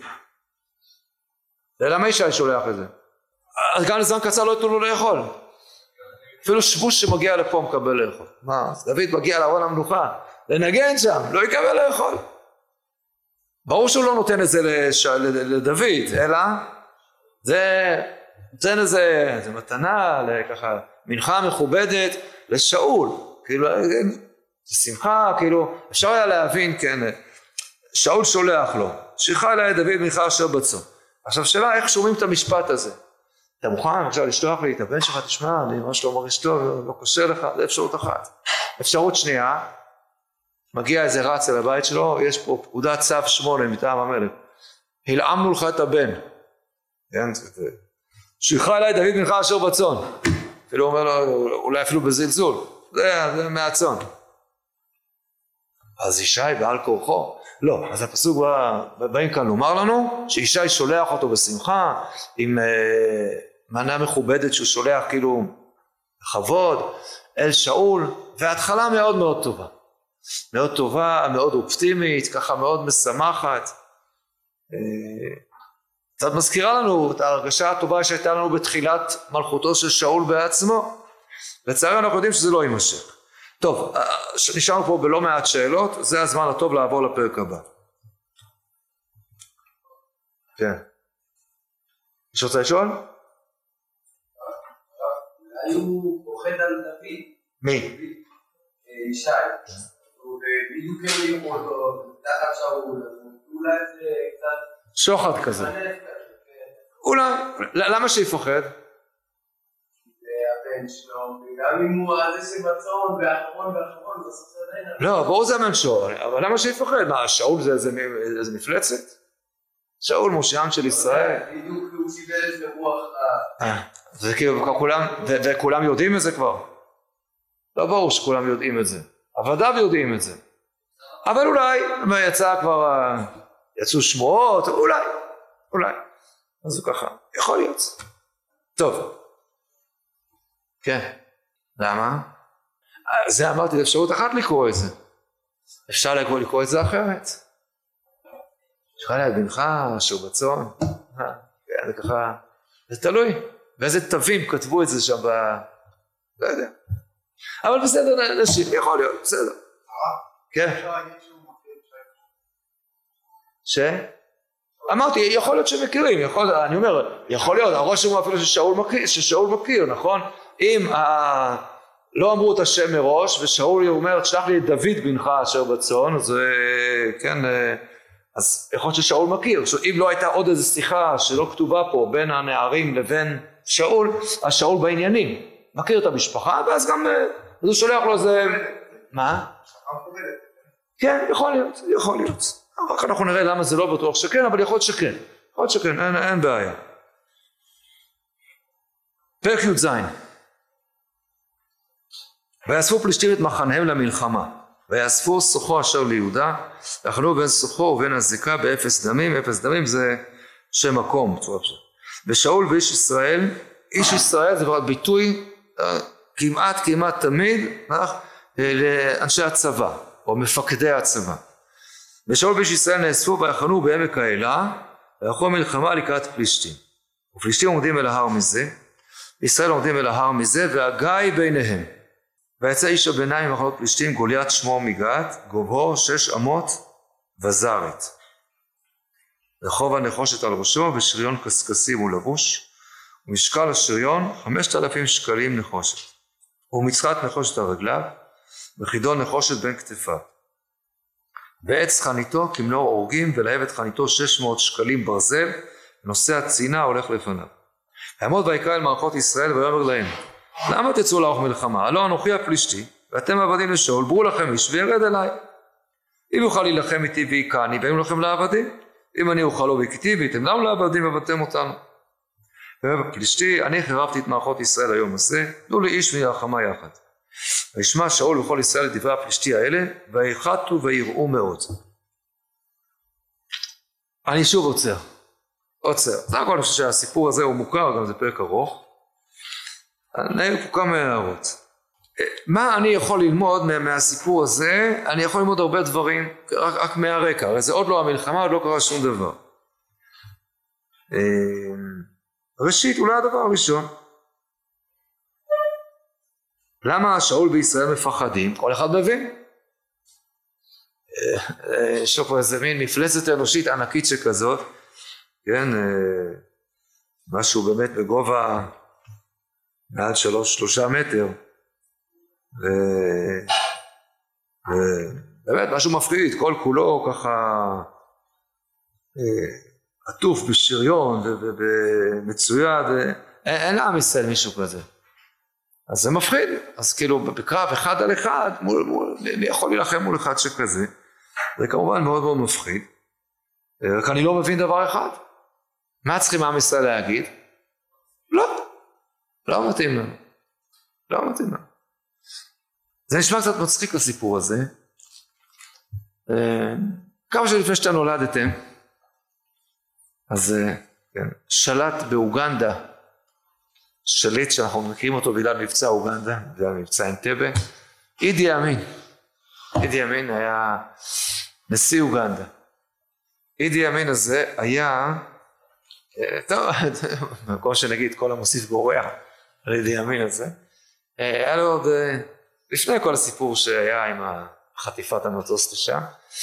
ולמה ישי שולח את זה? אז גם לזמן קצר לא ייתנו לו לאכול. אפילו שבוש שמגיע לפה מקבל לאכול. מה? אז דוד מגיע לארון המנוחה, לנגן שם, לא יקבל לאכול. ברור שהוא לא נותן את זה לש... לדוד, אלא זה נותן איזה, זה מתנה, לככה, מנחה מכובדת לשאול. כאילו, זה שמחה, כאילו, אפשר היה להבין, כן, שאול שולח לו, שליחה אליי דוד מנחה אשר בצאן. עכשיו שאלה, איך שומעים את המשפט הזה? אתה מוכן עכשיו לשלוח לי את הבן שלך, תשמע, אני ממש לא מרגיש טוב, לא קשה לך, זה אפשרות אחת. אפשרות שנייה, מגיע איזה רץ אל הבית שלו, יש פה פקודת צו שמונה מטעם המלך, הלאמנו לך את הבן, שליחה אליי דוד מנחה אשר בצאן, אפילו אומר לו, אולי אפילו בזלזול, זה, זה מהצאן. אז ישי בעל כורחו, לא, אז הפסוק בא, באים כאן לומר לנו, שישי שולח אותו בשמחה, עם אה, מנה מכובדת שהוא שולח כאילו בכבוד, אל שאול, וההתחלה מאוד מאוד טובה. מאוד טובה, מאוד אופטימית, ככה מאוד משמחת. קצת מזכירה לנו את ההרגשה הטובה שהייתה לנו בתחילת מלכותו של שאול בעצמו. לצערי אנחנו יודעים שזה לא יימשך. טוב, נשארנו פה בלא מעט שאלות, זה הזמן הטוב לעבור לפרק הבא. כן. יש רוצה לשאול? היו פוחד על דוד. מי? ישי. ובדיוק הם יהיו אותו, תחת שאול, אולי זה קצת... שוחד כזה. אולי, למה שיפחד? זה הבן שלו, וגם אם הוא עד איזה מצון, ואחרון ואחרון, בסוף זה עדיין... לא, ברור זה המנשור, אבל למה שיפחד? מה, שאול זה איזה מפלצת? שאול מושיעם של ישראל. בדיוק הוא קיבל את ברוח ה... זה כאילו, וכולם יודעים את זה כבר? לא ברור שכולם יודעים את זה. אבל דוד יודעים את זה. אבל אולי, מה יצא כבר, יצאו שמועות, אולי, אולי. אז הוא ככה, יכול להיות. טוב. כן. למה? זה אמרתי, אפשרות אחת לקרוא את זה. אפשר לקרוא, לקרוא את זה אחרת. אפשר להגיד בנך, אשר בצאן. כן, זה ככה, זה תלוי. ואיזה תווים כתבו את זה שם ב... לא יודע. אבל בסדר, נשים, יכול להיות, בסדר. כן. ש? אמרתי, יכול להיות שמכירים, יכול, אני אומר, יכול להיות, הראש הוא אפילו ששאול מכיר, ששאול מכיר, נכון? אם ה... לא אמרו את השם מראש, ושאול אומר, תשלח לי את דוד בנך אשר בצאן, אז כן, אז יכול להיות ששאול מכיר, אם לא הייתה עוד איזו שיחה שלא כתובה פה בין הנערים לבין שאול, אז שאול בעניינים, מכיר את המשפחה, ואז גם, אז הוא שולח לו איזה, מה? כן, יכול להיות, יכול להיות. רק אנחנו נראה למה זה לא בטוח שכן, אבל יכול להיות שכן, יכול להיות שכן, אין, אין בעיה. פרק י"ז. ויאספו פלישתים את מחניהם למלחמה, ויאספו סוחו אשר ליהודה, ויחנו בין סוחו ובין הזיקה באפס דמים, אפס דמים זה שם מקום, ושאול ואיש ישראל, איש ישראל זה כבר ביטוי כמעט כמעט תמיד לאנשי הצבא, או מפקדי הצבא. ושאול ואיש ישראל נאספו ויחנו בעמק האלה, ויחנו מלחמה לקראת פלישתים. ופלישתים עומדים אל ההר מזה, ישראל עומדים אל ההר מזה, והגיא ביניהם. ויצא איש הביניים ממחנות פלישתים, גוליית שמו מגת, גובהו שש אמות וזרת. רחוב הנחושת על ראשו, ושריון קשקשים הוא לבוש, ומשקל השריון חמשת אלפים שקלים נחושת. ומצחת נחושת על רגליו, וחידון נחושת בין כתפיו. ועץ חניתו כמנור אורגים, ולהבת חניתו שש מאות שקלים ברזל, ונושא הצינה הולך לפניו. יעמוד ויקרא אל מערכות ישראל ויאמר להם, למה תצאו לערוך מלחמה? הלא אנוכי הפלישתי, ואתם עבדים לשאול, ברו לכם איש וירד אליי. אם יוכל להילחם איתי ויקעני, ואם לכם לעבדים, אם אני אוכל לו והכיתי, ואיתם למה לעבדים עבדתם אותנו? ויאמר הפלישתי, אני חירבתי את מערכות ישראל היום הזה, תנו לי איש מלחמה יחד. וישמע שאול וכל ישראל את דברי הפלישתי האלה, ויחתו ויראו מאוד. אני שוב עוצר, עוצר. זה הכל, אני חושב שהסיפור הזה הוא מוכר, גם זה פרק ארוך. אני פה כמה הערות. מה אני יכול ללמוד מהסיפור הזה? אני יכול ללמוד הרבה דברים, רק, רק מהרקע, הרי זה עוד לא המלחמה, עוד לא קרה שום דבר. ראשית, אולי הדבר הראשון, למה שאול בישראל מפחדים? כל אחד מבין. יש פה איזה מין מפלצת אנושית ענקית שכזאת, כן, משהו באמת בגובה מעל שלוש, שלושה מטר, ובאמת משהו מפחיד, כל כולו ככה עטוף בשריון ומצויד, אין לעם ישראל מישהו כזה. אז זה מפחיד, אז כאילו בקרב אחד על אחד, מול, מול, מי יכול להילחם מול אחד שכזה, זה כמובן מאוד מאוד מפחיד, רק אני לא מבין דבר אחד, מה צריכים עם ישראל להגיד? לא, לא מתאים לנו, לא מתאים לנו. זה נשמע קצת מצחיק לסיפור הזה, כמה שלפני שאתה נולדתם, אז כן, שלט באוגנדה, שליט שאנחנו מכירים אותו בגלל מבצע אוגנדה, בגלל מבצע אנטבה, אידי אמין. אידי אמין היה נשיא אוגנדה. אידי אמין הזה היה, טוב, במקום שנגיד כל המוסיף גורע על אידי אמין הזה, היה לו עוד, לפני כל הסיפור שהיה עם חטיפת המטוס לשם,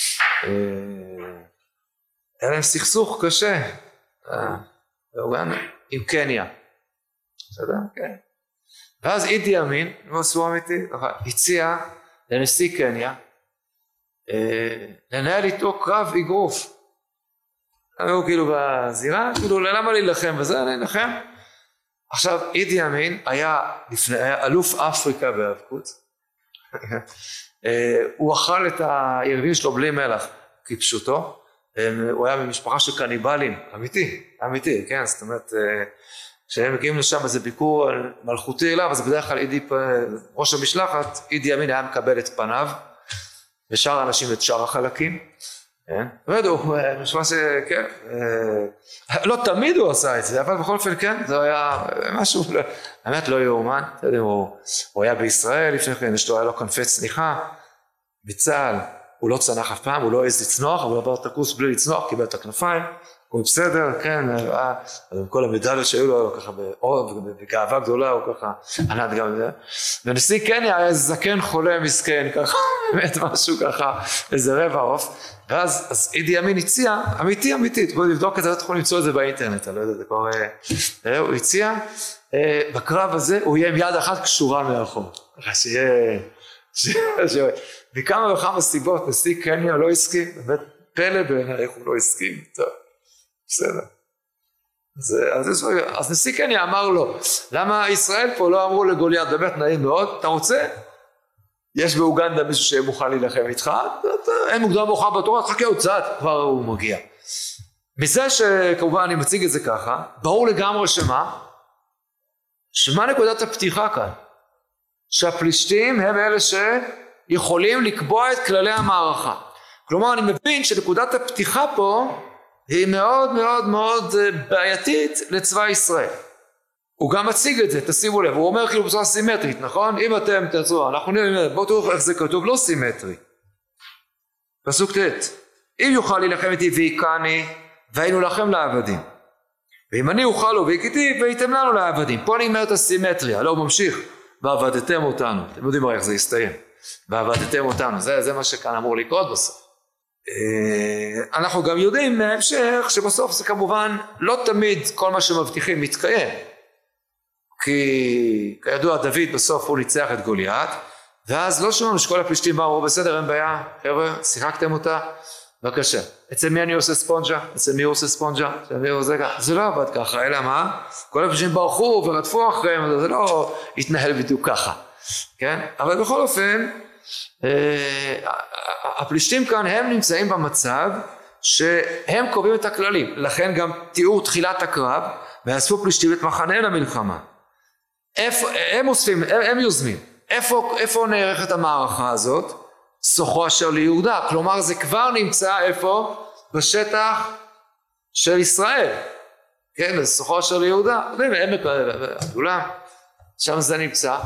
היה להם סכסוך קשה, באוגנדה, עם קניה. בסדר? כן. ואז אידי אמין, לא עשו אמיתי, הציע לנשיא קניה לנהל איתו קרב אגרוף. הוא כאילו בזירה, כאילו למה להילחם וזה, אני אלחם. עכשיו אידי אמין היה, לפני, היה אלוף אפריקה בהיאבקות. הוא אכל את היריבים שלו בלי מלח כפשוטו. הוא היה ממשפחה של קניבלים, אמיתי, אמיתי, כן, זאת אומרת, כשהם מגיעים לשם איזה ביקור מלכותי אליו, אז בדרך כלל אידי, ראש המשלחת, אידי אמין היה מקבל את פניו, ושאר האנשים את שאר החלקים. כן? לא ידעו, משמע שכן, לא תמיד הוא עשה את זה, אבל בכל אופן כן, זה היה משהו, באמת לא יאומן, הוא היה בישראל, לפני כן אשתו היה לו כנפי צניחה, בצה"ל, הוא לא צנח אף פעם, הוא לא העז לצנוח, אבל הוא עבר את הקורס בלי לצנוח, קיבל את הכנפיים, הוא בסדר, כן, עם כל המדליות שהיו לו ככה באור, בגאווה גדולה, הוא ככה ענד גם את זה, ונשיא קניה היה זקן חולה מסכן, ככה, באמת משהו ככה, איזה רבע עוף, ואז אז אידי אמין הציע, אמיתי אמיתית, בואו נבדוק את זה, אתה יכול למצוא את זה באינטרנט, אני לא יודע, זה קורה, הוא הציע, בקרב הזה הוא יהיה עם יד אחת קשורה מאחור, ככה שיהיה, שיהיה, וכמה וכמה סיבות, נשיא קניה לא הסכים, באמת פלא בעיניי איך הוא לא הסכים, טוב, בסדר. אז, אז, אז נשיא קניה אמר לו, למה ישראל פה לא אמרו לגוליית, באמת נעים מאוד, אתה רוצה? יש באוגנדה מישהו שיהיה מוכן להילחם איתך, אין מוקדם מאוחר בתורה, תחכה עוד קצת, כבר הוא מגיע. מזה שכמובן אני מציג את זה ככה, ברור לגמרי שמה? שמה נקודת הפתיחה כאן? שהפלישתים הם אלה שיכולים לקבוע את כללי המערכה. כלומר אני מבין שנקודת הפתיחה פה היא מאוד מאוד מאוד בעייתית לצבא ישראל. הוא גם מציג את זה, תשימו לב, הוא אומר כאילו בצורה סימטרית, נכון? אם אתם תרצו, אנחנו נראה, בואו תראו איך זה כתוב, לא סימטרי. פסוק ט' אם יוכל להילחם איתי והיכני, והיינו לכם לעבדים. ואם אני אוכל לו והכיתי, והייתם לנו לעבדים. פה אני אומר את הסימטריה, לא הוא ממשיך, ועבדתם אותנו. אתם יודעים איך זה יסתיים. ועבדתם אותנו, זה, זה מה שכאן אמור לקרות בסוף. אנחנו גם יודעים מהמשך שבסוף זה כמובן לא תמיד כל מה שמבטיחים מתקיים. כי כידוע דוד בסוף הוא ניצח את גוליית, ואז לא שמענו שכל הפלישתים באו, בסדר אין בעיה, חבר'ה, שיחקתם אותה, בבקשה. אצל מי אני עושה ספונג'ה? אצל מי הוא עושה ספונג'ה? אצל מי הוא עושה ככה? זה לא עבד ככה, אלא מה? כל הפלישתים ברחו ורדפו אחריהם, זה לא התנהל בדיוק ככה, כן? אבל בכל אופן, הפלישתים כאן הם נמצאים במצב שהם קובעים את הכללים, לכן גם תיאור תחילת הקרב, ואספו פלישתים את מחנה למלחמה. איפה, הם אוספים, הם, הם יוזמים, איפה, איפה נערכת המערכה הזאת? סוחו אשר ליהודה, כלומר זה כבר נמצא איפה? בשטח של ישראל, כן, זה סוחו אשר ליהודה, הם הגדולה, שם זה נמצא,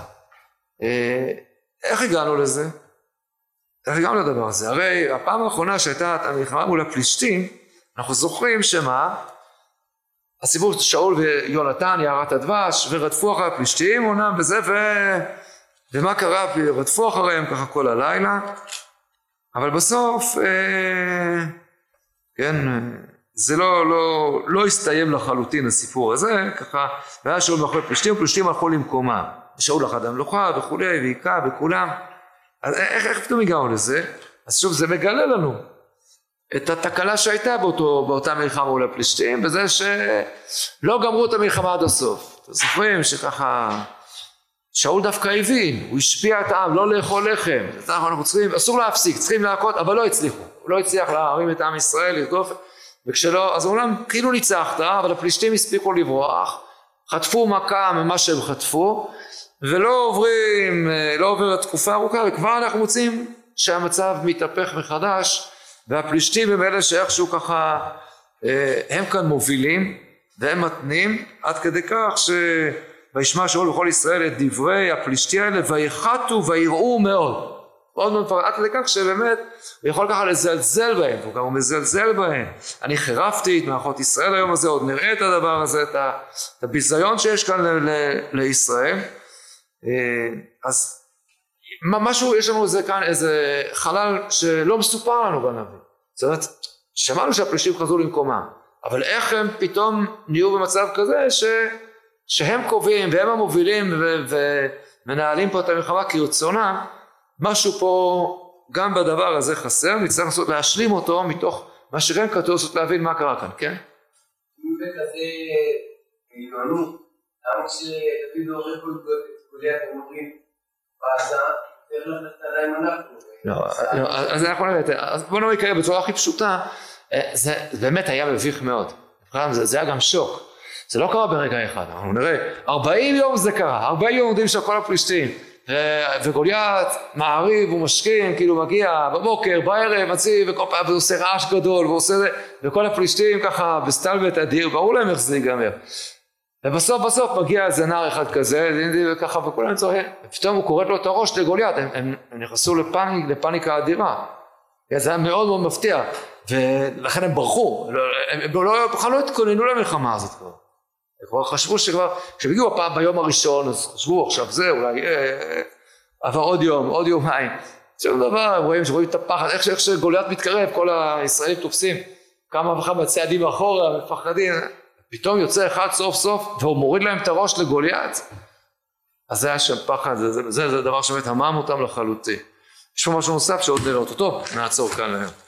איך הגענו לזה? איך הגענו לדבר הזה? הרי הפעם האחרונה שהייתה המלחמה מול הפלישתים, אנחנו זוכרים שמה? הסיפור של שאול ויונתן, יערת הדבש, ורדפו אחרי הפלישתים, עונם בזה, ו... ומה קרה? רדפו אחריהם ככה כל הלילה, אבל בסוף, אה... כן, זה לא, לא, לא הסתיים לחלוטין הסיפור הזה, ככה, והיה שאול מאחורי פלישתים, פלישתים הלכו למקומם, שאול אחד המלוכה וכולי, ויקה וכולם, אז איך, איך פתאום הגענו לזה? אז שוב, זה מגלה לנו את התקלה שהייתה באותו, באותה מלחמה מול הפלישתים, בזה שלא גמרו את המלחמה עד הסוף. אתם זוכרים שככה, שאול דווקא הבין, הוא השפיע את העם, לא לאכול לחם, אנחנו צריכים, אסור להפסיק, צריכים להכות, אבל לא הצליחו, הוא לא הצליח להרים את עם ישראל, לתקוף, וכשלא, אז אומנם כאילו ניצחת, אבל הפלישתים הספיקו לברוח, חטפו מכה ממה שהם חטפו, ולא עוברים, לא עוברת תקופה ארוכה, וכבר אנחנו מוצאים שהמצב מתהפך מחדש, והפלישתים הם אלה שאיכשהו ככה, הם כאן מובילים, והם מתנים, עד כדי כך שוישמע שאול בכל ישראל את דברי הפלישתי האלה, ויחתו ויראו מאוד. מאוד מאוד עד כדי כך שבאמת, הוא יכול ככה לזלזל בהם, והוא גם מזלזל בהם. אני חירפתי את מערכות ישראל היום הזה, עוד נראה את הדבר הזה, את הביזיון שיש כאן לישראל. אז משהו, יש לנו איזה כאן איזה חלל שלא מסופר לנו בנביא. זאת אומרת, שמענו שהפלישתים חזרו למקומם, אבל איך הם פתאום נהיו במצב כזה ש, שהם קובעים והם המובילים ו, ומנהלים פה את המלחמה כרצונם, משהו פה גם בדבר הזה חסר, נצטרך לעשות להשלים אותו מתוך מה שגם כתוב לעשות להבין מה קרה כאן, כן? אם זה כזה עילונות, למה כשדוד עורף פה את גוליית הם אומרים בעזה, יותר לתת עליהם אנחנו. לא, אז אנחנו נראה, אז בואו נראה בצורה הכי פשוטה, זה באמת היה מביך מאוד, זה היה גם שוק, זה לא קרה ברגע אחד, אנחנו נראה, ארבעים יום זה קרה, ארבעים יום עומדים של כל הפלישתים, וגוליית מעריב ומשכין, כאילו מגיע בבוקר, בערב, מציב, וכל פעם ועושה רעש גדול, ועושה זה, וכל הפלישתים ככה בסטלבט אדיר, ברור להם איך זה ייגמר. ובסוף בסוף מגיע איזה נער אחד כזה, וככה, וכולם צורכים, ופתאום הוא קוראת לו את הראש לגוליית, הם, הם, הם נכנסו לפאניק, לפאניקה אדירה. זה היה מאוד מאוד מפתיע, ולכן הם ברחו, הם, הם לא, בכלל לא התכוננו למלחמה הזאת כבר. הם כבר חשבו שכבר, כשהגיעו הפעם ביום הראשון, אז חשבו עכשיו זה, אולי אה, עבר עוד יום, עוד יומיים. שום דבר, הם רואים שרואים את הפחד, איך, איך שגוליית מתקרב, כל הישראלים תופסים כמה וכמה צעדים אחורה, מפחדים, פתאום יוצא אחד סוף סוף, והוא מוריד להם את הראש לגוליית. אז זה היה שם פחד, זה, זה, זה, זה דבר שבאמת המם אותם לחלוטין. יש פה משהו נוסף שעוד נראה אותו. טוב, נעצור כאן היום.